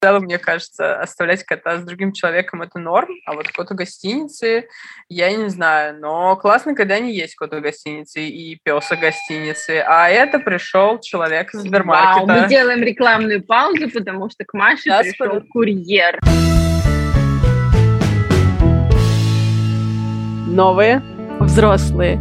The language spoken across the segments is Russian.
В целом, мне кажется, оставлять кота с другим человеком — это норм, а вот кот у гостиницы, я не знаю. Но классно, когда не есть кот у гостиницы и пес у гостиницы, а это пришел человек из Вау, мы супермаркета. делаем рекламную паузу, потому что к Маше пришел курьер. Новые взрослые.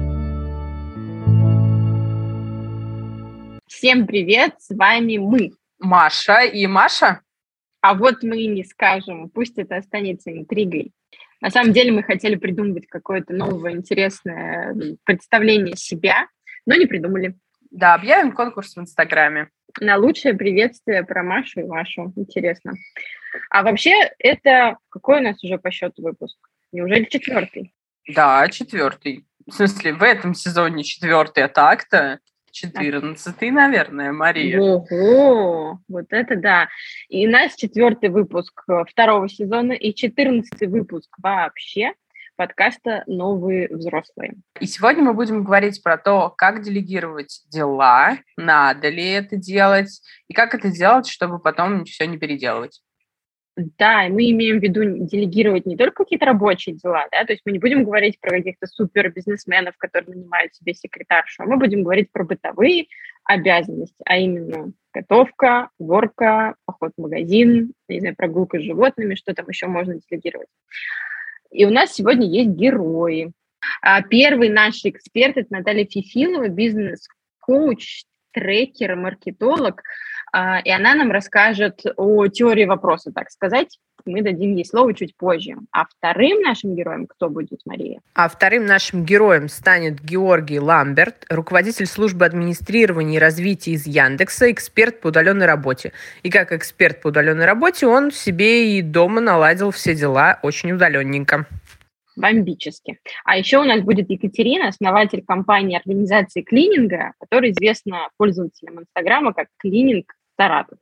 Всем привет, с вами мы. Маша и Маша. А вот мы и не скажем, пусть это останется интригой. На самом деле мы хотели придумывать какое-то новое интересное представление себя, но не придумали. Да, объявим конкурс в Инстаграме. На лучшее приветствие про Машу и Машу. Интересно. А вообще, это какой у нас уже по счету выпуск? Неужели 4-й? Да, 4-й. В смысле, в этом сезоне 4-й, а так-то 14-й, наверное, Мария. Ого, вот это да. И у нас 4-й выпуск 2-го сезона и 14-й выпуск вообще подкаста «Новые взрослые». И сегодня мы будем говорить про то, как делегировать дела, надо ли это делать, и как это делать, чтобы потом все не переделывать. Да, и мы имеем в виду делегировать не только какие-то рабочие дела, да, то есть мы не будем говорить про каких-то супер-бизнесменов, которые нанимают себе секретаршу, а мы будем говорить про бытовые обязанности, а именно готовка, уборка, поход в магазин, не знаю, прогулка с животными, что там еще можно делегировать. И у нас сегодня есть герои. Первый наш эксперт – это Наталья Фифилова, бизнес-коуч, трекер, маркетолог, и она нам расскажет о теории вопроса, так сказать. Мы дадим ей слово чуть позже. А вторым нашим героем кто будет, Мария? А вторым нашим героем станет Георгий Ламберт, руководитель службы администрирования и развития из Яндекса, эксперт по удаленной работе. И как эксперт по удаленной работе он себе и дома наладил все дела очень удаленненько. Бомбически. А еще у нас будет Екатерина, основатель компании организации клининга, которая известна пользователям Инстаграма как Клининг Саратов.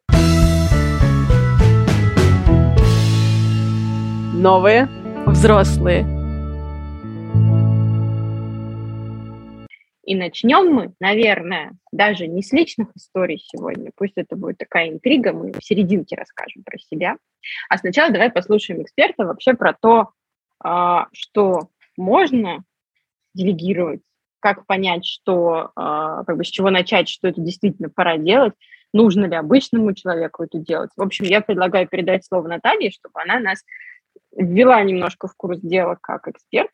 Новые взрослые. И начнем мы, наверное, даже не с личных историй сегодня, пусть это будет такая интрига, мы в серединке расскажем про себя. А сначала давай послушаем эксперта вообще про то, что можно делегировать, как понять, что, с чего начать, что это действительно пора делать, нужно ли обычному человеку это делать. В общем, я предлагаю передать слово Наталье, чтобы она нас ввела немножко в курс дела как эксперт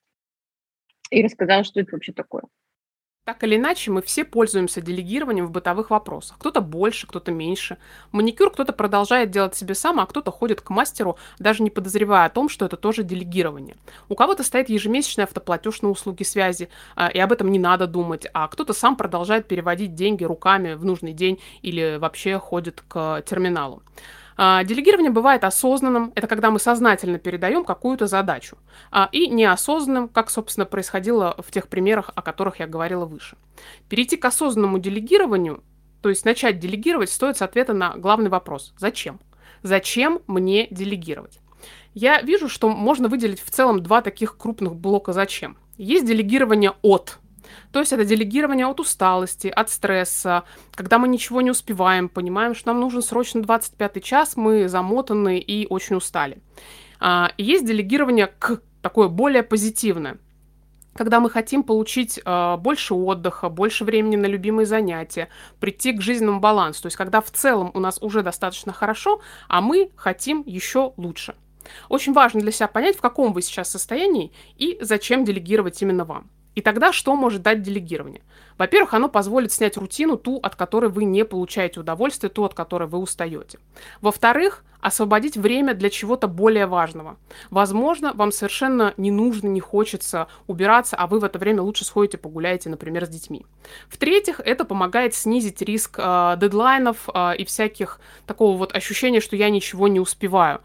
и рассказала, что это вообще такое. Так или иначе, мы все пользуемся делегированием в бытовых вопросах. Кто-то больше, кто-то меньше. Маникюр кто-то продолжает делать себе сам, а кто-то ходит к мастеру, даже не подозревая о том, что это тоже делегирование. У кого-то стоит ежемесячный автоплатеж на услуги связи, и об этом не надо думать, а кто-то сам продолжает переводить деньги руками в нужный день или вообще ходит к терминалу. Делегирование бывает осознанным, это когда мы сознательно передаем какую-то задачу, и неосознанным, как, собственно, происходило в тех примерах, о которых я говорила выше. Перейти к осознанному делегированию, то есть начать делегировать, стоит с ответа на главный вопрос – зачем? Зачем мне делегировать? Я вижу, что можно выделить в целом два таких крупных блока «зачем». Есть делегирование «от». То есть это делегирование от усталости, от стресса, когда мы ничего не успеваем, понимаем, что нам нужен срочно 25-й час, мы замотаны и очень устали. И есть делегирование к, такое более позитивное, когда мы хотим получить больше отдыха, больше времени на любимые занятия, прийти к жизненному балансу, то есть когда в целом у нас уже достаточно хорошо, а мы хотим еще лучше. Очень важно для себя понять, в каком вы сейчас состоянии и зачем делегировать именно вам. И тогда что может дать делегирование? Во-первых, оно позволит снять рутину, ту, от которой вы не получаете удовольствие, ту, от которой вы устаете. Во-вторых, освободить время для чего-то более важного. Возможно, вам совершенно не нужно, не хочется убираться, а вы в это время лучше сходите погуляете, например, с детьми. В-третьих, это помогает снизить риск дедлайнов и всяких такого вот ощущения, что я ничего не успеваю.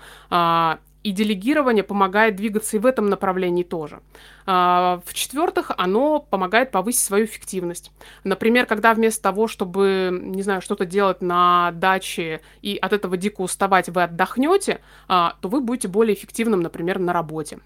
И делегирование помогает двигаться и в этом направлении тоже. В-четвертых, оно помогает повысить свою эффективность. Например, когда вместо того, чтобы, не знаю, что-то делать на даче и от этого дико уставать, вы отдохнете, то вы будете более эффективным, например, на работе.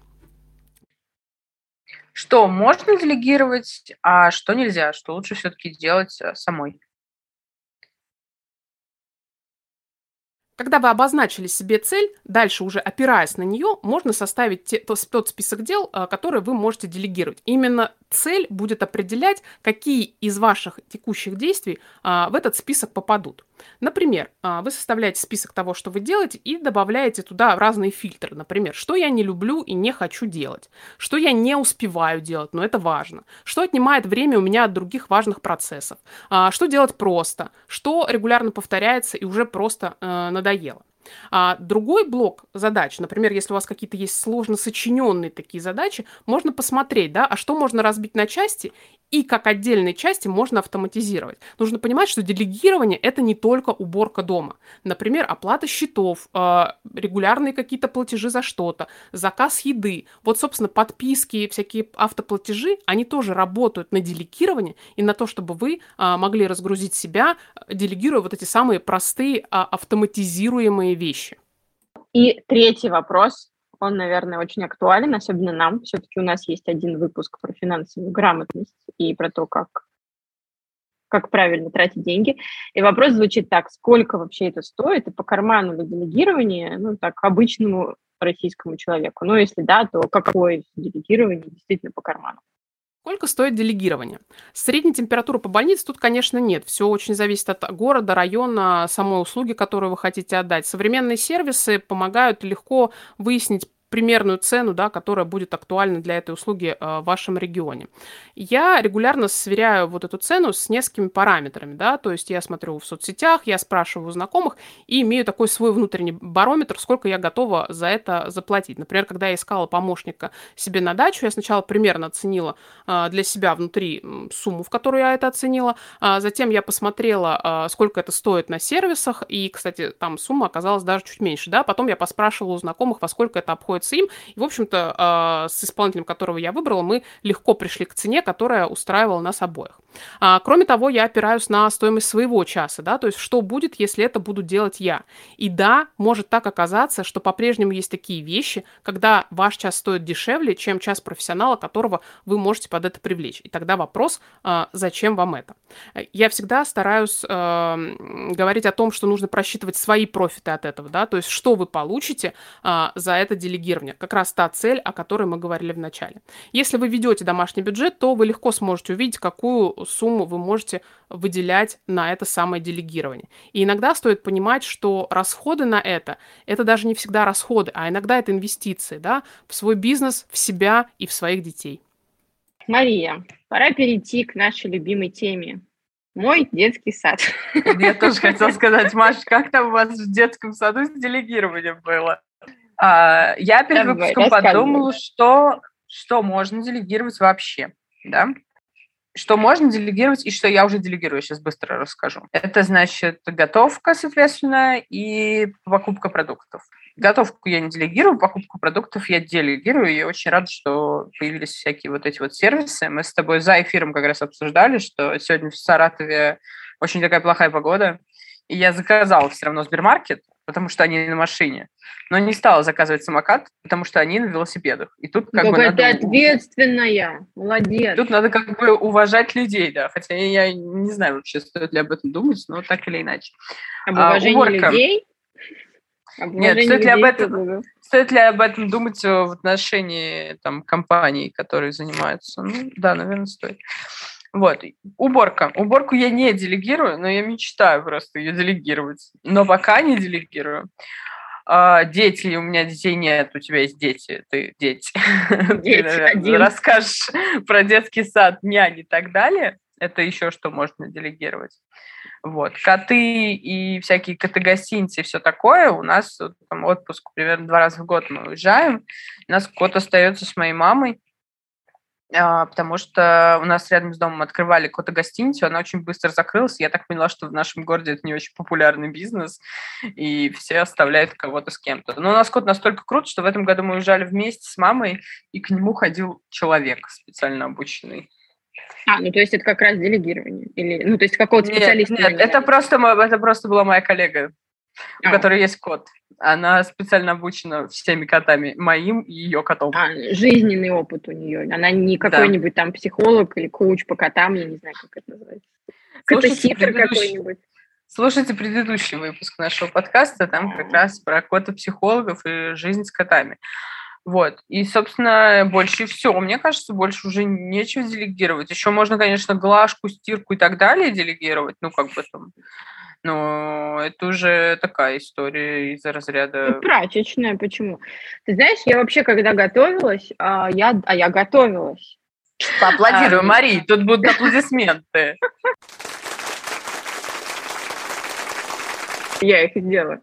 Что можно делегировать, а что нельзя, что лучше все-таки делать самой? Когда вы обозначили себе цель, дальше уже опираясь на нее, можно составить тот список дел, которые вы можете делегировать. Именно цель будет определять, какие из ваших текущих действий в этот список попадут. Например, вы составляете список того, что вы делаете, и добавляете туда разные фильтры. Например, что я не люблю и не хочу делать, что я не успеваю делать, но это важно, что отнимает время у меня от других важных процессов, что делать просто, что регулярно повторяется и уже просто надоело. А другой блок задач, например, если у вас какие-то есть сложно сочиненные такие задачи, можно посмотреть, да, а что можно разбить на части и как отдельные части можно автоматизировать. Нужно понимать, что делегирование – это не только уборка дома. Например, оплата счетов, регулярные какие-то платежи за что-то, заказ еды. Вот, собственно, подписки, всякие автоплатежи, они тоже работают на делегирование и на то, чтобы вы могли разгрузить себя, делегируя вот эти самые простые автоматизируемые вещи. И третий вопрос, он, наверное, очень актуален, особенно нам. Все-таки у нас есть один выпуск про финансовую грамотность и про то, как правильно тратить деньги. И вопрос звучит так: сколько вообще это стоит, и по карману ли делегирование, ну, так, обычному российскому человеку? Ну, если да, то какое делегирование действительно по карману? Сколько стоит делегирование? Средней температуры по больнице тут, конечно, нет. Все очень зависит от города, района, самой услуги, которую вы хотите отдать. Современные сервисы помогают легко выяснить примерную цену, да, которая будет актуальна для этой услуги в вашем регионе. Я регулярно сверяю вот эту цену с несколькими параметрами, да, то есть я смотрю в соцсетях, я спрашиваю у знакомых и имею такой свой внутренний барометр, сколько я готова за это заплатить. Например, когда я искала помощника себе на дачу, я сначала примерно оценила для себя внутри сумму, в которую я это оценила, затем я посмотрела, сколько это стоит на сервисах, и, кстати, там сумма оказалась даже чуть меньше, да, потом я поспрашивала у знакомых, во сколько это обходится им. И, в общем-то, с исполнителем, которого я выбрала, мы легко пришли к цене, которая устраивала нас обоих. Кроме того, я опираюсь на стоимость своего часа, да, то есть что будет, если это буду делать я. И да, может так оказаться, что по-прежнему есть такие вещи, когда ваш час стоит дешевле, чем час профессионала, которого вы можете под это привлечь. И тогда вопрос, зачем вам это? Я всегда стараюсь говорить о том, что нужно просчитывать свои профиты от этого, да, то есть что вы получите за это делегирование. Как раз та цель, о которой мы говорили в начале. Если вы ведете домашний бюджет, то вы легко сможете увидеть, какую сумму вы можете выделять на это самое делегирование. И иногда стоит понимать, что расходы на это даже не всегда расходы, а иногда это инвестиции, да, в свой бизнес, в себя и в своих детей. Мария, пора перейти к нашей любимой теме. Мой детский сад. Я тоже хотела сказать, Маш, как там у вас в детском саду с делегированием было? Я перед выпуском подумала, что можно делегировать вообще, да? Что можно делегировать и что я уже делегирую, сейчас быстро расскажу. Это значит готовка, соответственно, и покупка продуктов. Готовку я не делегирую, покупку продуктов я делегирую, и я очень рада, что появились всякие вот эти вот сервисы. Мы с тобой за эфиром как раз обсуждали, что сегодня в Саратове очень такая плохая погода, и я заказала все равно Сбермаркет, потому что они на машине, но не стала заказывать самокат, потому что они на велосипедах. И тут как бы ты надо... ответственная, молодец. Тут надо как бы уважать людей, да, хотя я не знаю вообще, стоит ли об этом думать, но так или иначе. Об уважении людей? Нет, стоит ли об этом думать в отношении там, компаний, которые занимаются? Ну, да, наверное, стоит. Вот, уборка. Уборку я не делегирую, но я мечтаю просто ее делегировать. Но пока не делегирую. Дети, у меня детей нет, у тебя есть дети, ты дети. Ты, наверное, расскажешь про детский сад, нянь и так далее. Это еще что можно делегировать. Вот. Коты и всякие коты-гостиницы и все такое. У нас там, отпуск примерно 2 раза в год мы уезжаем. У нас кот остается с моей мамой, потому что у нас рядом с домом открывали кота-гостиницу, она очень быстро закрылась. Я так поняла, что в нашем городе это не очень популярный бизнес, и все оставляют кого-то с кем-то. Но у нас кот настолько крут, что в этом году мы уезжали вместе с мамой, и к нему ходил человек специально обученный. Ну то есть это как раз делегирование? Или, ну то есть какого-то специалиста? Нет, это просто была моя коллега, у которой есть кот. Она специально обучена всеми котами, моим и ее котом. Жизненный опыт у нее. Она не какой-нибудь там психолог или коуч по котам, я не знаю, как это называется. Котоситер какой-нибудь. Слушайте предыдущий выпуск нашего подкаста, там как раз про котопсихологов и жизнь с котами. Вот. И, собственно, больше все. Мне кажется, больше уже нечего делегировать. Еще можно, конечно, глажку, стирку и так далее делегировать. Ну, как бы там. Но это уже такая история из разряда... Прачечная, почему? Ты знаешь, я вообще, когда готовилась, я готовилась. Поаплодируем, Марии, тут будут аплодисменты. Я их сделаю.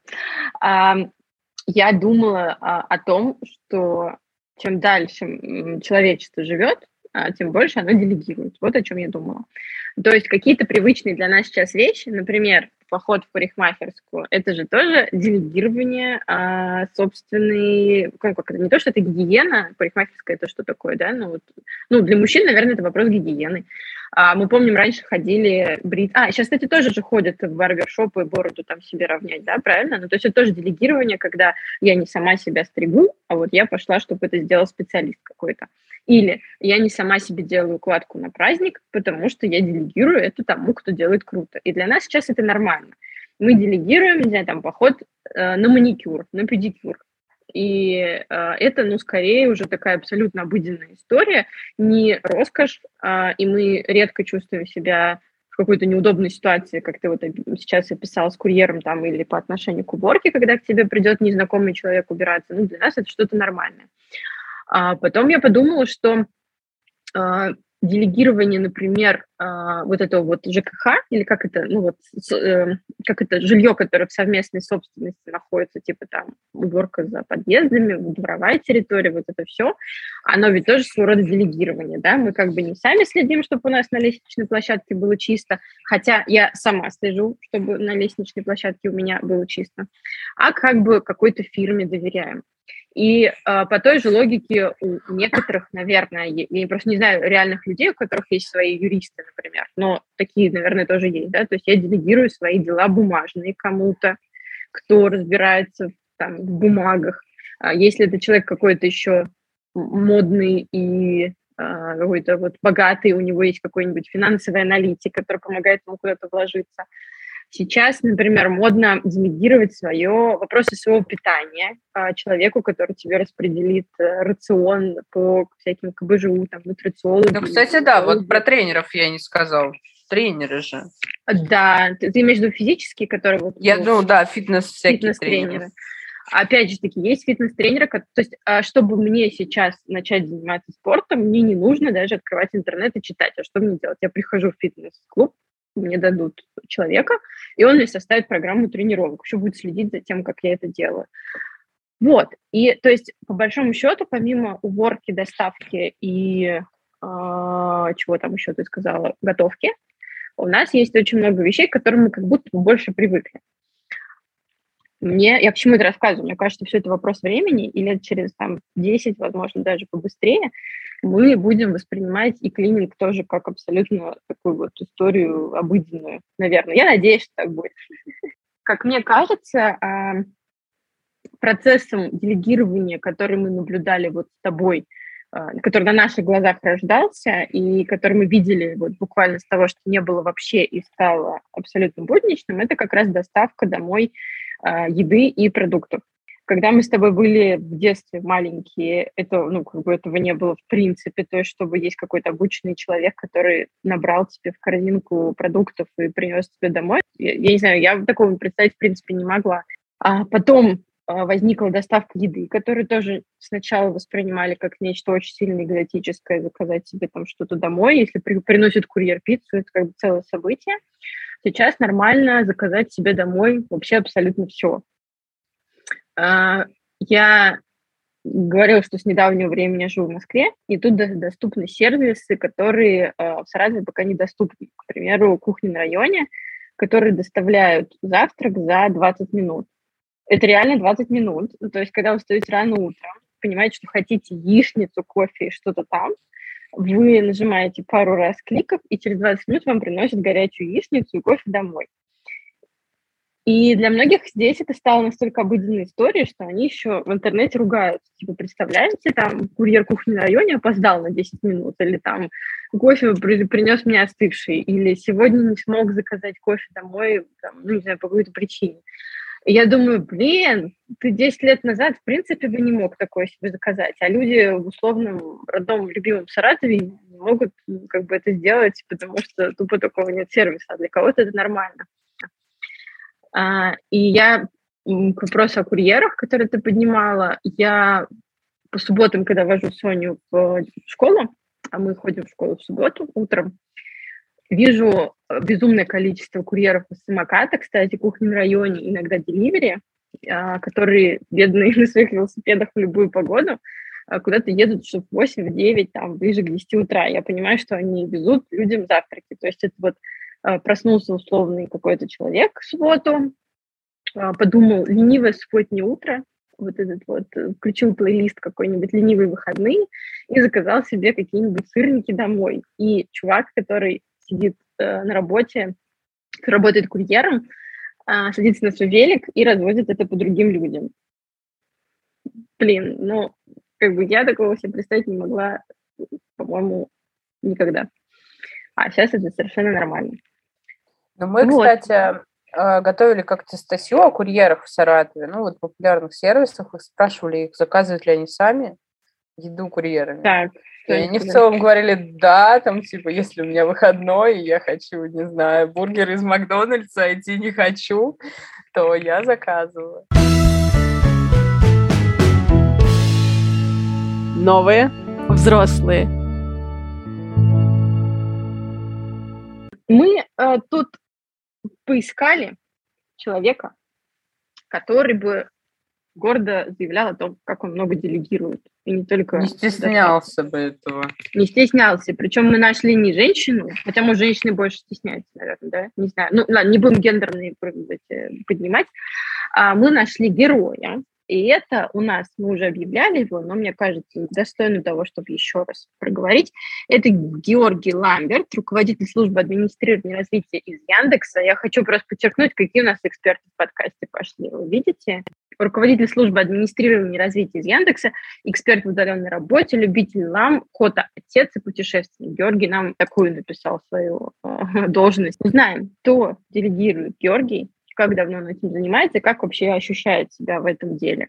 Я думала о том, что чем дальше человечество живет, тем больше оно делегирует. Вот о чем я думала. То есть какие-то привычные для нас сейчас вещи, например, поход в парикмахерскую, это же тоже делегирование собственной, как это, не то, что это гигиена, парикмахерская это что такое, да, для мужчин, наверное, это вопрос гигиены. Мы помним, раньше ходили сейчас, кстати, тоже же ходят в барбершопы бороду там себе равнять, да, правильно? Ну, то есть это тоже делегирование, когда я не сама себя стригу, а вот я пошла, чтобы это сделал специалист какой-то. Или я не сама себе делаю укладку на праздник, потому что я делегирую это тому, кто делает круто. И для нас сейчас это нормально. Мы делегируем, не знаю, там, поход на маникюр, на педикюр. И это, скорее уже такая абсолютно обыденная история, не роскошь, и мы редко чувствуем себя в какой-то неудобной ситуации, как ты вот сейчас описал с курьером там или по отношению к уборке, когда к тебе придет незнакомый человек убираться. Для нас это что-то нормальное. Потом я подумала, что делегирование, например, вот этого вот ЖКХ, или как это, как это жилье, которое в совместной собственности находится, типа там уборка за подъездами, дворовая территория, вот это все, оно ведь тоже своего рода делегирование, да, мы как бы не сами следим, чтобы у нас на лестничной площадке было чисто, хотя я сама слежу, чтобы на лестничной площадке у меня было чисто, а как бы какой-то фирме доверяем. И по той же логике у некоторых, наверное, я просто не знаю реальных людей, у которых есть свои юристы, например, но такие, наверное, тоже есть, да, то есть я делегирую свои дела бумажные кому-то, кто разбирается там, в бумагах. Если это человек какой-то еще модный и какой-то вот богатый, у него есть какой-нибудь финансовый аналитик, который помогает ему куда-то вложиться. Сейчас, например, модно делегировать вопросы своего питания человеку, который тебе распределит рацион по всяким КБЖУ, там, нутрициологу. Ну, кстати, да, вот про тренеров я не сказал. Тренеры же. Да, ты имеешь в виду физические, которые... фитнес всякие тренеры. Опять же таки, есть фитнес-тренеры, то есть, чтобы мне сейчас начать заниматься спортом, мне не нужно даже открывать интернет и читать. А что мне делать? Я прихожу в фитнес-клуб, мне дадут человека, и он мне составит программу тренировок, еще будет следить за тем, как я это делаю. Вот, и то есть, по большому счету, помимо уборки, доставки и чего там еще ты сказала, готовки, у нас есть очень много вещей, к которым мы как будто бы больше привыкли. Я к чему это рассказываю? Мне кажется, все это вопрос времени, и лет через 10, возможно, даже побыстрее, мы будем воспринимать и клининг тоже как абсолютно такую вот историю обыденную, наверное. Я надеюсь, что так будет. Как мне кажется, процессом делегирования, который мы наблюдали вот с тобой, который на наших глазах рождался, и который мы видели вот буквально с того, что не было вообще и стало абсолютно будничным, это как раз доставка домой еды и продуктов. Когда мы с тобой были в детстве маленькие, этого не было в принципе, то есть чтобы есть какой-то обученный человек, который набрал тебе в корзинку продуктов и принес тебе домой. Я не знаю, я такого представить в принципе не могла. А потом возникла доставка еды, которую тоже сначала воспринимали как нечто очень сильно экзотическое, заказать себе там что-то домой. Если приносит курьер пиццу, это как бы целое событие. Сейчас нормально заказать себе домой вообще абсолютно все. Я говорила, что с недавнего времени я живу в Москве, и тут доступны сервисы, которые в Саратове пока недоступны. К примеру, кухня на районе, которые доставляют завтрак за 20 минут. Это реально 20 минут. То есть, когда вы встаете рано утром, понимаете, что хотите яичницу, кофе и что-то там, вы нажимаете пару раз кликов, и через 20 минут вам приносят горячую яичницу и кофе домой. И для многих здесь это стало настолько обыденной историей, что они еще в интернете ругаются. Типа, представляете, там курьер кухни на районе опоздал на 10 минут, или там кофе принес мне остывший, или сегодня не смог заказать кофе домой, там, ну, не знаю, по какой-то причине. И я думаю, блин, ты 10 лет назад, в принципе, бы не мог такое себе заказать, а люди в условном родном любимом Саратове не могут как бы это сделать, потому что тупо такого нет сервиса, а для кого-то это нормально. И я к вопросу о курьерах, которые ты поднимала, я по субботам, когда вожу Соню в школу, а мы ходим в школу в субботу утром, вижу безумное количество курьеров из самоката, кстати, кухни в районе, иногда деливери, которые, бедные, на своих велосипедах в любую погоду, куда-то едут часов в 8, в 9, там, ближе к 10 утра. Я понимаю, что они везут людям завтраки. То есть это вот проснулся условный какой-то человек в субботу, подумал, ленивое субботнее утро, вот этот вот, включил плейлист какой-нибудь «Ленивые выходные» и заказал себе какие-нибудь сырники домой. И чувак, который сидит на работе, работает курьером, садится на свой велик и развозит это по другим людям. Блин, ну, как бы я такого себе представить не могла, по-моему, никогда. А сейчас это совершенно нормально. Ну, мы, Вот. кстати, готовили как-то статью о курьерах в Саратове, ну, вот в популярных сервисах, их спрашивали, их заказывают ли они сами еду курьерами. Так, И они в целом говорили, да, там, типа, если у меня выходной, и я хочу, не знаю, бургер из Макдональдса, идти не хочу, то я заказываю. Новые взрослые. Мы тут поискали человека, который бы гордо заявлял о том, как он много делегирует. И не только... Не стеснялся бы этого. Не стеснялся. Причем мы нашли не женщину, хотя, может, женщины больше стесняются, наверное, да? Не знаю. Ну, ладно, не будем гендерные поднимать. Мы нашли героя. И это у нас, мы уже объявляли его, но мне кажется, достойно того, чтобы еще раз проговорить. Это Георгий Ламберт, руководитель службы администрирования и развития из Яндекса. Я хочу просто подчеркнуть, какие у нас эксперты в подкасте пошли. Вы видите? Руководитель службы администрирования и развития из Яндекса, эксперт в удаленной работе, любитель лам, отец и путешественник. Георгий нам такую написал свою должность. Узнаем, кто делегирует Георгий, как давно он этим занимается и как вообще ощущает себя в этом деле.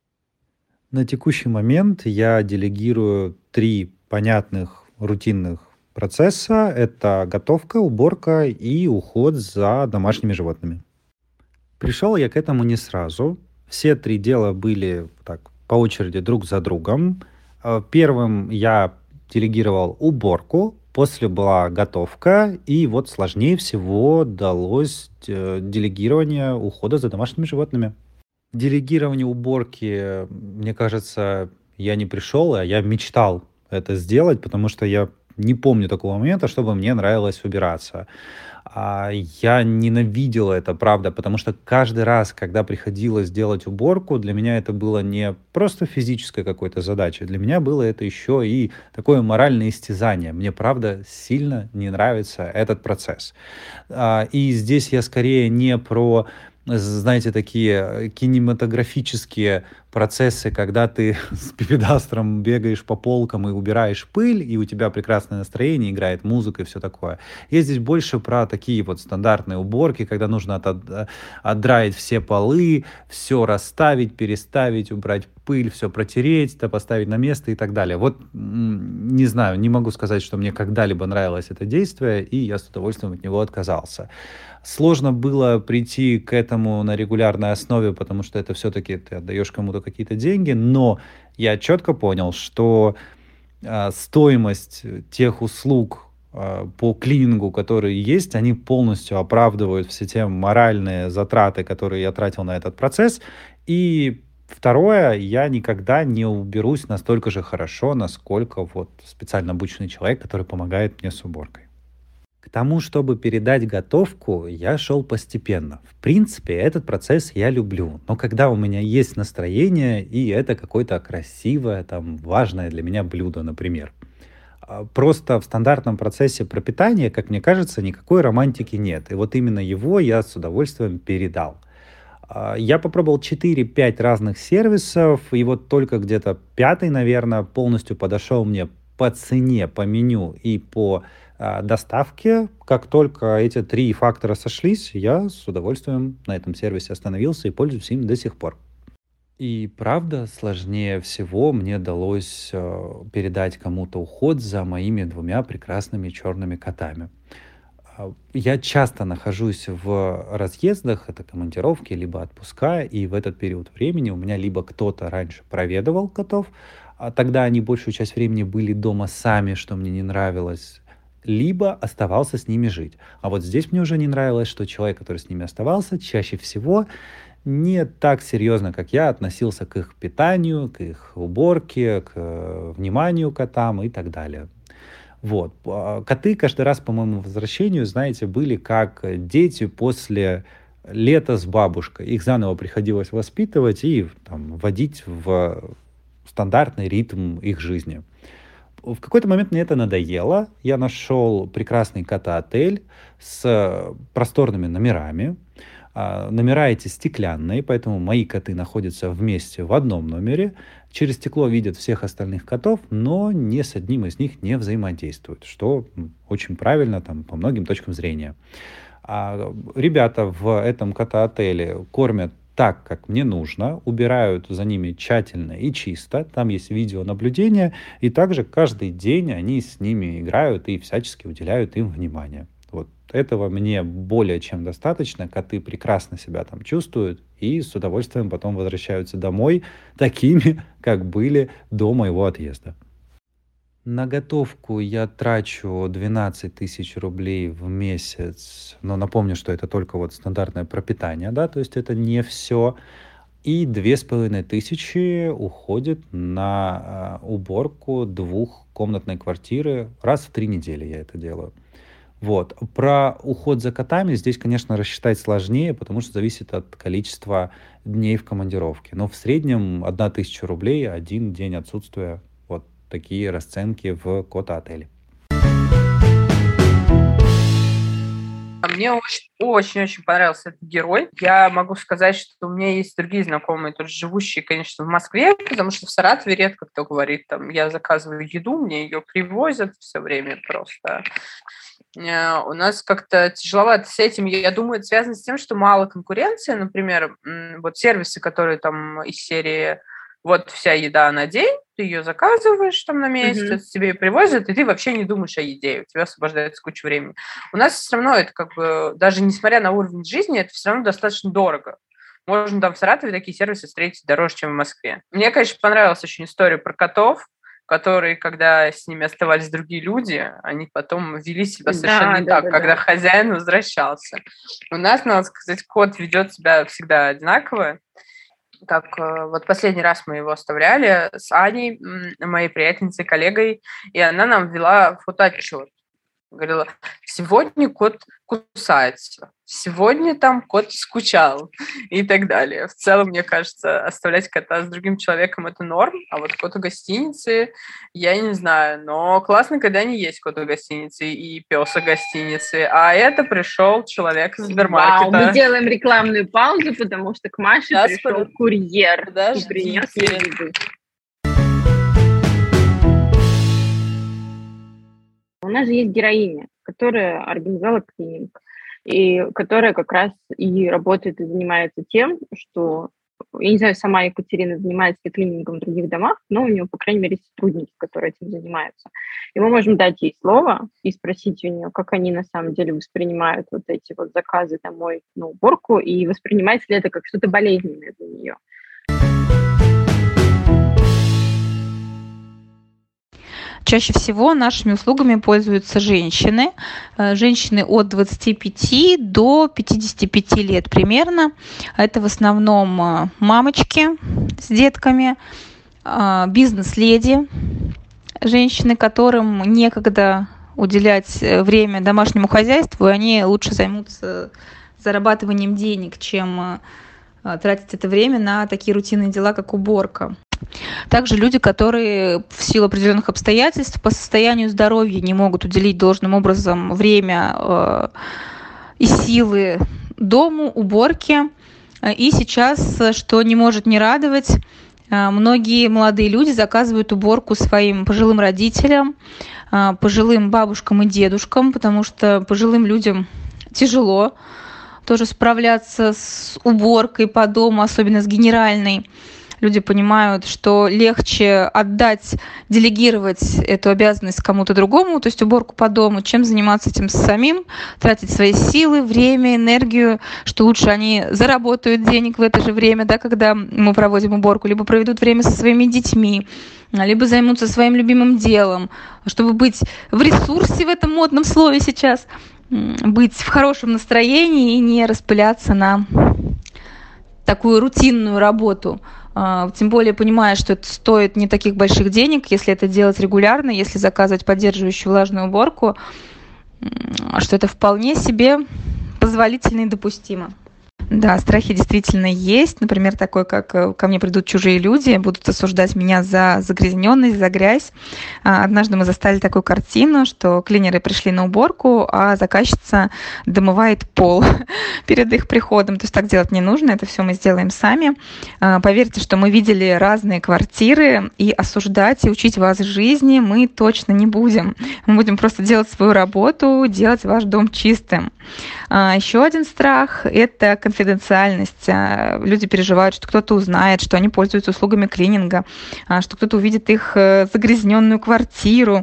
На текущий момент я делегирую 3 понятных рутинных процесса. Это готовка, уборка и уход за домашними животными. Пришел я к этому не сразу. Все 3 дела были так по очереди друг за другом. Первым я делегировал уборку, после была готовка, и вот сложнее всего далось делегирование ухода за домашними животными. Делегирование уборки, мне кажется, я не пришел, а я мечтал это сделать, потому что я не помню такого момента, чтобы мне нравилось убираться. Я ненавидел это, правда, потому что каждый раз, когда приходилось делать уборку, для меня это было не просто физической какой-то задачей, для меня было это еще и такое моральное истязание. Мне, правда, сильно не нравится этот процесс. И здесь я скорее не про, знаете, такие кинематографические процессы, когда ты с пипедастром бегаешь по полкам и убираешь пыль, и у тебя прекрасное настроение, играет музыка и все такое. Я здесь больше про такие вот стандартные уборки, когда нужно отдраить все полы, все расставить, переставить, убрать пыль, все протереть, поставить на место и так далее. Вот, не знаю, не могу сказать, что мне когда-либо нравилось это действие, и я с удовольствием от него отказался. Сложно было прийти к этому на регулярной основе, потому что это все-таки ты отдаешь кому-то какие-то деньги, но я четко понял, что стоимость тех услуг по клинингу, которые есть, они полностью оправдывают все те моральные затраты, которые я тратил на этот процесс. И второе, я никогда не уберусь настолько же хорошо, насколько вот специально обученный человек, который помогает мне с уборкой. К тому, чтобы передать готовку, я шел постепенно. В принципе, этот процесс я люблю. Но когда у меня есть настроение, и это какое-то красивое, там, важное для меня блюдо, например. Просто в стандартном процессе пропитания, как мне кажется, никакой романтики нет. И вот именно его я с удовольствием передал. Я попробовал 4-5 разных сервисов, и вот только где-то 5-й, наверное, полностью подошел мне по цене, по меню и по доставке. Как только эти 3 фактора сошлись, я с удовольствием на этом сервисе остановился и пользуюсь им до сих пор. И правда, сложнее всего мне далось передать кому-то уход за моими 2 прекрасными черными котами. Я часто нахожусь в разъездах, это командировки, либо отпуска, и в этот период времени у меня либо кто-то раньше проведывал котов, а тогда они большую часть времени были дома сами, что мне не нравилось, либо оставался с ними жить. А вот здесь мне уже не нравилось, что человек, который с ними оставался, чаще всего не так серьезно, как я, относился к их питанию, к их уборке, к вниманию к котам и так далее. Вот. Коты каждый раз по моему возвращению, знаете, были как дети после лета с бабушкой. Их заново приходилось воспитывать и там, вводить в стандартный ритм их жизни. В какой-то момент мне это надоело. Я нашел прекрасный кота-отель с просторными номерами. Номера эти стеклянные, поэтому мои коты находятся вместе в одном номере. Через стекло видят всех остальных котов, но ни с одним из них не взаимодействуют, что очень правильно там, по многим точкам зрения. Ребята в этом кота-отеле кормят так, как мне нужно, убирают за ними тщательно и чисто, там есть видеонаблюдение, и также каждый день они с ними играют и всячески уделяют им внимание. Вот этого мне более чем достаточно. Коты прекрасно себя там чувствуют и с удовольствием потом возвращаются домой такими, как были до моего отъезда. На готовку я трачу 12 тысяч рублей в месяц, но напомню, что это только вот стандартное пропитание, да, то есть это не все. И 2500 уходит на уборку 2-комнатной квартиры. Раз в 3 недели я это делаю. Вот. Про уход за котами здесь, конечно, рассчитать сложнее, потому что зависит от количества дней в командировке. Но в среднем 1000 рублей 1 день отсутствия. Вот такие расценки в кота-отеле. Мне очень-очень понравился этот герой. Я могу сказать, что у меня есть другие знакомые, тоже живущие, конечно, в Москве, потому что в Саратове редко кто говорит, там, я заказываю еду, мне ее привозят все время просто. У нас как-то тяжеловато с этим. Я думаю, это связано с тем, что мало конкуренции. Например, вот сервисы, которые там из серии вот вся еда на день, ты ее заказываешь там на месяц, тебе ее привозят, и ты вообще не думаешь о еде, у тебя освобождается куча времени. У нас все равно это как бы, даже несмотря на уровень жизни, это все равно достаточно дорого. Можно там в Саратове такие сервисы встретить дороже, чем в Москве. Мне, конечно, понравилась очень история про котов, которые, когда с ними оставались другие люди, они потом вели себя совершенно не так, когда хозяин возвращался. У нас, надо сказать, кот ведет себя всегда одинаково. Как вот последний раз мы его оставляли с Аней, моей приятельницей, коллегой, и она нам вела фотоотчет. Говорила, сегодня кот кусается, сегодня там кот скучал и так далее. В целом, мне кажется, оставлять кота с другим человеком – это норм, а вот кот у гостиницы, я не знаю, но классно, когда не есть кот у гостиницы и пес у гостиницы, а это пришел человек из Сбермаркета. Вау, мы делаем рекламную паузу, потому что к Маше пришел курьер и принес ей еду. У нас же есть героиня, которая организовала клининг, и которая как раз и работает и занимается тем, что, я не знаю, сама Екатерина занимается ли клинингом в других домах, но у нее, по крайней мере, есть сотрудники, которые этим занимаются. И мы можем дать ей слово и спросить у нее, как они на самом деле воспринимают вот эти вот заказы домой на уборку, и воспринимается ли это как что-то болезненное для нее. Чаще всего нашими услугами пользуются женщины. Женщины от 25 до 55 лет примерно. Это в основном мамочки с детками, бизнес-леди, женщины, которым некогда уделять время домашнему хозяйству, и они лучше займутся зарабатыванием денег, чем тратить это время на такие рутинные дела, как уборка. Также люди, которые в силу определенных обстоятельств по состоянию здоровья не могут уделить должным образом время и силы дому, уборке. И сейчас, что не может не радовать, многие молодые люди заказывают уборку своим пожилым родителям, пожилым бабушкам и дедушкам, потому что пожилым людям тяжело тоже справляться с уборкой по дому, особенно с генеральной. Люди понимают, что легче отдать, делегировать эту обязанность кому-то другому, то есть уборку по дому, чем заниматься этим самим, тратить свои силы, время, энергию, что лучше они заработают денег в это же время, да, когда мы проводим уборку, либо проведут время со своими детьми, либо займутся своим любимым делом, чтобы быть в ресурсе в этом модном слове сейчас, быть в хорошем настроении и не распыляться на такую рутинную работу. Тем более понимая, что это стоит не таких больших денег, если это делать регулярно, если заказывать поддерживающую влажную уборку, что это вполне себе позволительно и допустимо. Да, страхи действительно есть. Например, такой, как ко мне придут чужие люди, будут осуждать меня за загрязненность, за грязь. Однажды мы застали такую картину, что клинеры пришли на уборку, а заказчица домывает пол перед их приходом. То есть так делать не нужно, это все мы сделаем сами. Поверьте, что мы видели разные квартиры, и осуждать и учить вас жизни мы точно не будем. Мы будем просто делать свою работу, делать ваш дом чистым. Еще один страх – это конфиденциальность. Люди переживают, что кто-то узнает, что они пользуются услугами клининга, что кто-то увидит их загрязненную квартиру.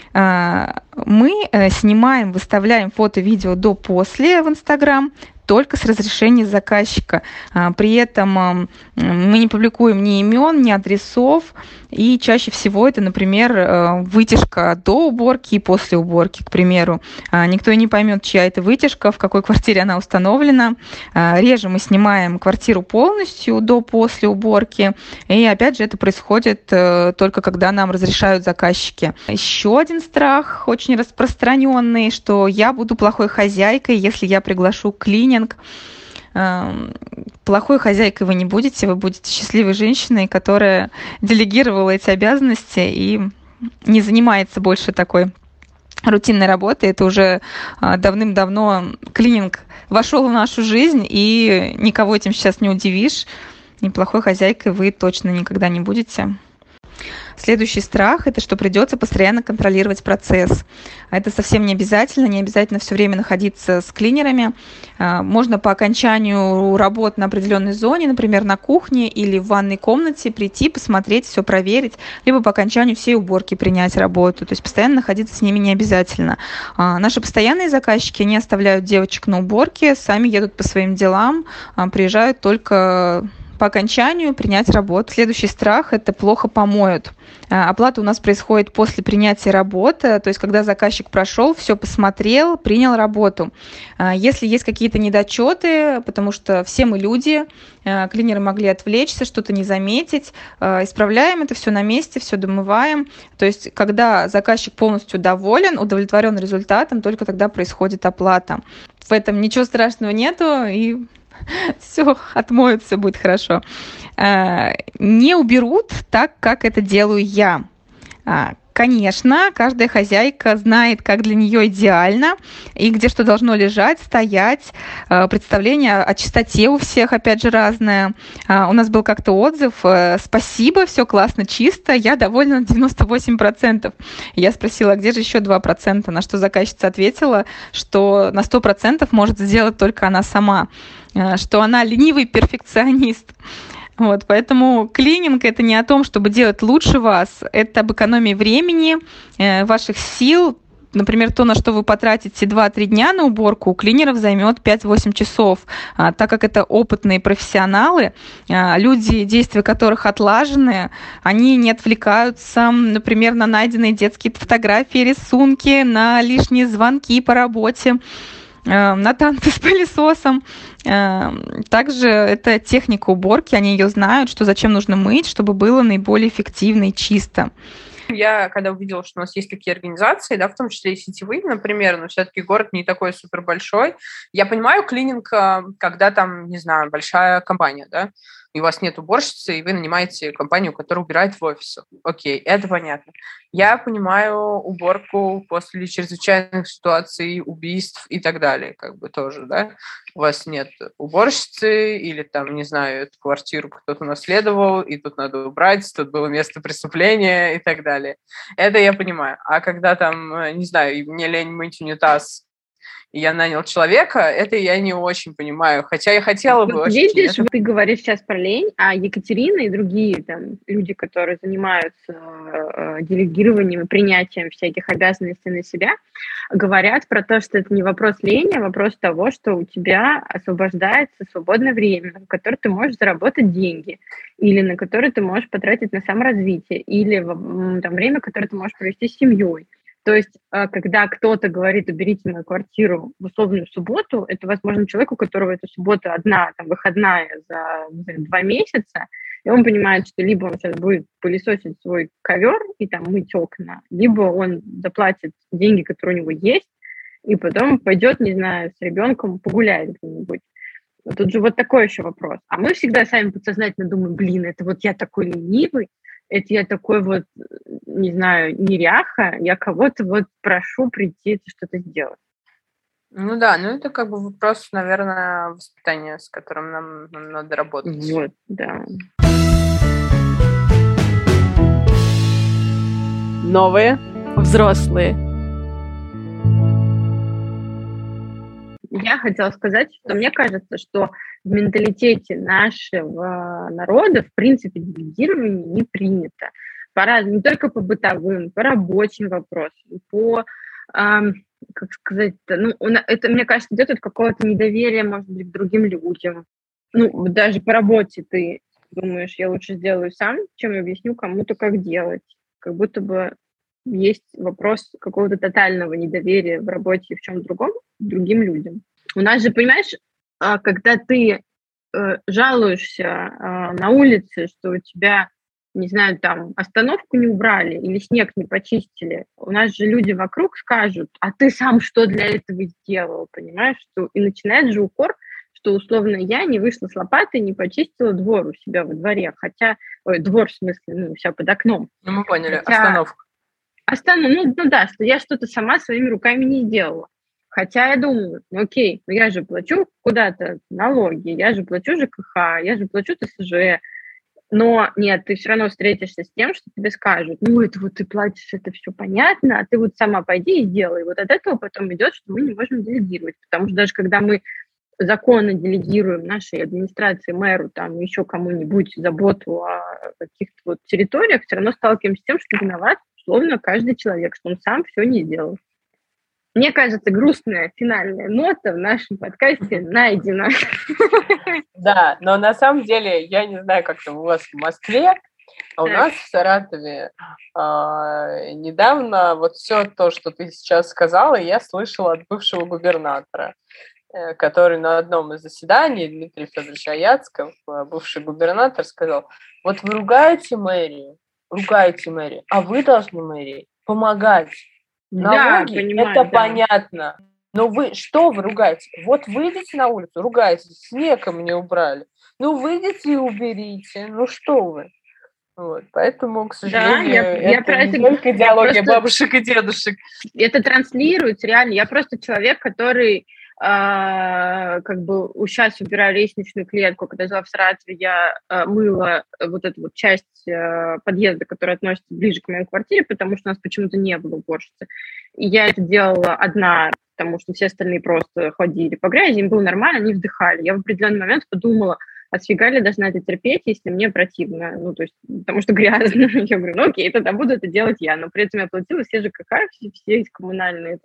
Мы снимаем, выставляем фото, видео до-после в Инстаграм только с разрешения заказчика. При этом мы не публикуем ни имен, ни адресов, и чаще всего это, например, вытяжка до уборки и после уборки, к примеру. Никто не поймет, чья это вытяжка, в какой квартире она установлена. Реже мы снимаем квартиру полностью до-после уборки, и опять же это происходит только когда нам разрешают заказчики. Еще один страх, очень распространенный, что я буду плохой хозяйкой, если я приглашу клининг. Плохой хозяйкой вы не будете, вы будете счастливой женщиной, которая делегировала эти обязанности и не занимается больше такой рутинной работой. Это уже давным-давно клининг вошел в нашу жизнь, и никого этим сейчас не удивишь. Неплохой хозяйкой вы точно никогда не будете. Следующий страх – это что придется постоянно контролировать процесс. Это совсем не обязательно все время находиться с клинерами. Можно по окончанию работ на определенной зоне, например, на кухне или в ванной комнате, прийти, посмотреть, все проверить, либо по окончанию всей уборки принять работу. То есть постоянно находиться с ними не обязательно. Наши постоянные заказчики не оставляют девочек на уборке, сами едут по своим делам, приезжают только по окончанию принять работу. Следующий страх – это плохо помоют. Оплата у нас происходит после принятия работы, то есть когда заказчик прошел, все посмотрел, принял работу. Если есть какие-то недочеты, потому что все мы люди, клинеры могли отвлечься, что-то не заметить, исправляем это все на месте, все домываем. То есть когда заказчик полностью доволен, удовлетворен результатом, только тогда происходит оплата. В этом ничего страшного нету, и все отмоют, все будет хорошо. Не уберут так, как это делаю я. Конечно, каждая хозяйка знает, как для нее идеально и где что должно лежать, стоять. Представление о чистоте у всех, опять же, разное. У нас был как-то отзыв: спасибо, все классно, чисто, я довольна на 98%. Я спросила, а где же еще 2%? На что заказчица ответила, что на 100% может сделать только она сама, что она ленивый перфекционист. Вот, поэтому клининг – это не о том, чтобы делать лучше вас, это об экономии времени, ваших сил. Например, то, на что вы потратите 2-3 дня на уборку, у клинеров займет 5-8 часов. Так как это опытные профессионалы, люди, действия которых отлажены, они не отвлекаются, например, на найденные детские фотографии, рисунки, на лишние звонки по работе, на танцы с пылесосом. Также это техника уборки, они ее знают, что зачем нужно мыть, чтобы было наиболее эффективно и чисто. Я когда увидела, что у нас есть такие организации, да, в том числе и сетевые, например, но все-таки город не такой супер большой, я понимаю клининг, когда там, не знаю, большая компания, да, и у вас нет уборщицы, и вы нанимаете компанию, которая убирает в офисах. Окей, это понятно. Я понимаю уборку после чрезвычайных ситуаций, убийств и так далее, как бы тоже, да. У вас нет уборщицы или там, не знаю, эту квартиру кто-то наследовал, и тут надо убрать, тут было место преступления и так далее. Это я понимаю. А когда там, не знаю, мне лень мыть унитаз, и я нанял человека, это я не очень понимаю. Хотя я хотела бы очень. Видишь, ты говоришь сейчас про лень, а Екатерина и другие там люди, которые занимаются делегированием и принятием всяких обязанностей на себя, говорят про то, что это не вопрос лени, а вопрос того, что у тебя освобождается свободное время, в которое ты можешь заработать деньги, или на которое ты можешь потратить на саморазвитие, или там, время, которое ты можешь провести с семьей. То есть, когда кто-то говорит, уберите мою квартиру в условную субботу, это, возможно, человек, у которого эта суббота одна, там, выходная за 2 месяца, и он понимает, что либо он сейчас будет пылесосить свой ковер и там мыть окна, либо он заплатит деньги, которые у него есть, и потом пойдет, не знаю, с ребенком погуляет где-нибудь. Тут же вот такой еще вопрос. А мы всегда сами подсознательно думаем, блин, это вот я такой ленивый, это я такой вот, не знаю, неряха, я кого-то вот прошу прийти что-то сделать. Ну да, ну это как бы вопрос, наверное, воспитания, с которым нам надо работать. Вот, да. Новые взрослые. Я хотела сказать, что мне кажется, что в менталитете нашего народа, в принципе, делегирование не принято. Не только по бытовым, по рабочим вопросам, по, как сказать-то, ну, это, мне кажется, идет от какого-то недоверия, может быть, к другим людям. Ну, даже по работе ты думаешь, я лучше сделаю сам, чем объясню кому-то, как делать. Как будто бы есть вопрос какого-то тотального недоверия в работе и в чем-то другом другим людям. У нас же, понимаешь, когда ты жалуешься на улице, что у тебя, не знаю, там остановку не убрали или снег не почистили, у нас же люди вокруг скажут, а ты сам что для этого сделал, понимаешь? И начинает же укор, что условно я не вышла с лопатой, не почистила двор у себя во дворе, хотя, двор в смысле, ну, вся под окном. Ну, мы поняли, остановка. Ну да, что я что-то сама своими руками не сделала. Хотя я думаю, ну окей, ну я же плачу куда-то налоги, я же плачу ЖКХ, я же плачу ТСЖ, но нет, ты все равно встретишься с тем, что тебе скажут, ну это вот ты платишь, это все понятно, а ты вот сама пойди и сделай. Вот от этого потом идет, что мы не можем делегировать, потому что даже когда мы законно делегируем нашей администрации, мэру, там еще кому-нибудь заботу о каких-то вот территориях, все равно сталкиваемся с тем, что виноват, условно, каждый человек, что он сам все не сделал. Мне кажется, грустная финальная нота в нашем подкасте найдена. Да, но на самом деле, я не знаю, как там у вас в Москве, а у нас в Саратове недавно вот все то, что ты сейчас сказала, я слышала от бывшего губернатора, который на одном из заседаний, Дмитрий Федорович Аяцков, бывший губернатор, сказал, вот вы ругаете мэрию, а вы должны мэрии помогать. Налоги, да, понимаю, это да. Понятно. Но вы ругаете? Вот выйдите на улицу, ругайте, снегом не убрали. Ну, выйдите и уберите. Ну, что вы? Вот, поэтому, к сожалению, да, я это не только идеология бабушек и дедушек. Это транслируется реально. Я просто человек, который как бы сейчас убираю лестничную клетку, когда жила в Саратове, я мыла вот эту вот часть подъезда, которая относится ближе к моей квартире, потому что у нас почему-то не было уборщицы. И я это делала одна, потому что все остальные просто ходили по грязи, им было нормально, они вдыхали. Я в определенный момент подумала, а сфига ли я должна это терпеть, если мне противно, ну, то есть, потому что грязно. Я говорю, ну, окей, тогда буду это делать я. Но при этом я платила все ЖКХ, все коммунальные,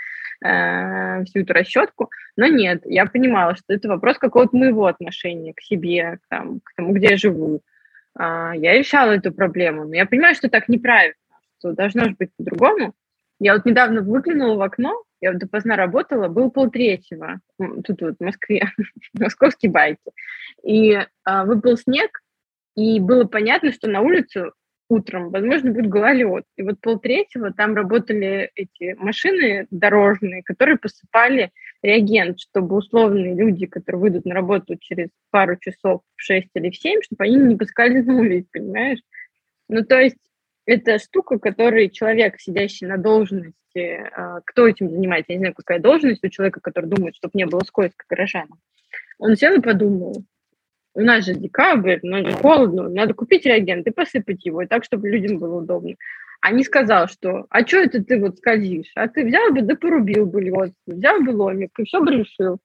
всю эту расчетку. Но нет, я понимала, что это вопрос какого-то моего отношения к себе, к тому, где я живу. Я решала эту проблему. Но я понимаю, что так неправильно, что должно же быть по-другому. Я вот недавно выглянула в окно, я вот допоздна работала, был 2:30, тут вот в Москве, московские байки. И выпал снег, и было понятно, что на улицу утром, возможно, будет гололед. И вот 2:30 там работали эти машины дорожные, которые посыпали реагент, чтобы условные люди, которые выйдут на работу через пару часов в 6 или в 7, чтобы они не поскользнулись, понимаешь? Ну, то есть это штука, которой человек, сидящий на должности, кто этим занимается, я не знаю, какая должность у человека, который думает, чтобы не было скользко горожанам. Он сел и подумал, у нас же декабрь, холодно, надо купить реагент и посыпать его, и так, чтобы людям было удобно. А не сказал, что, а что это ты вот скользишь? А ты взял бы, да порубил бы лед, взял бы ломик, и все бы решил.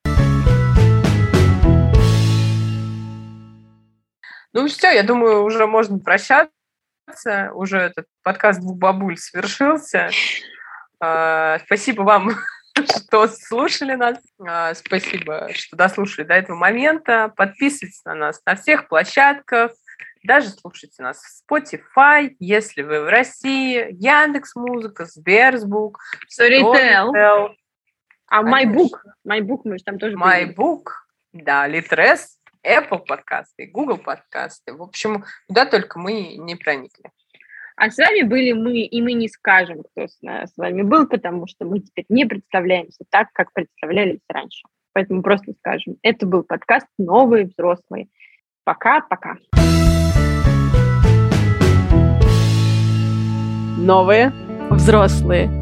Ну все, я думаю, уже можно прощаться. Уже этот подкаст «Двух бабуль» свершился. Спасибо вам, что слушали нас. Спасибо, что дослушали до этого момента. Подписывайтесь на нас на всех площадках. Даже слушайте нас в Spotify, если вы в России, Яндекс.Музыка, Сберзвук, Storytel. А MyBook мы же там тоже MyBook, да, Litres, Apple подкасты, Google подкасты. В общем, куда только мы не проникли. А с вами были мы, и мы не скажем, кто с вами был, потому что мы теперь не представляемся так, как представлялись раньше. Поэтому просто скажем, это был подкаст «Новые взрослые». Пока-пока. Новые взрослые.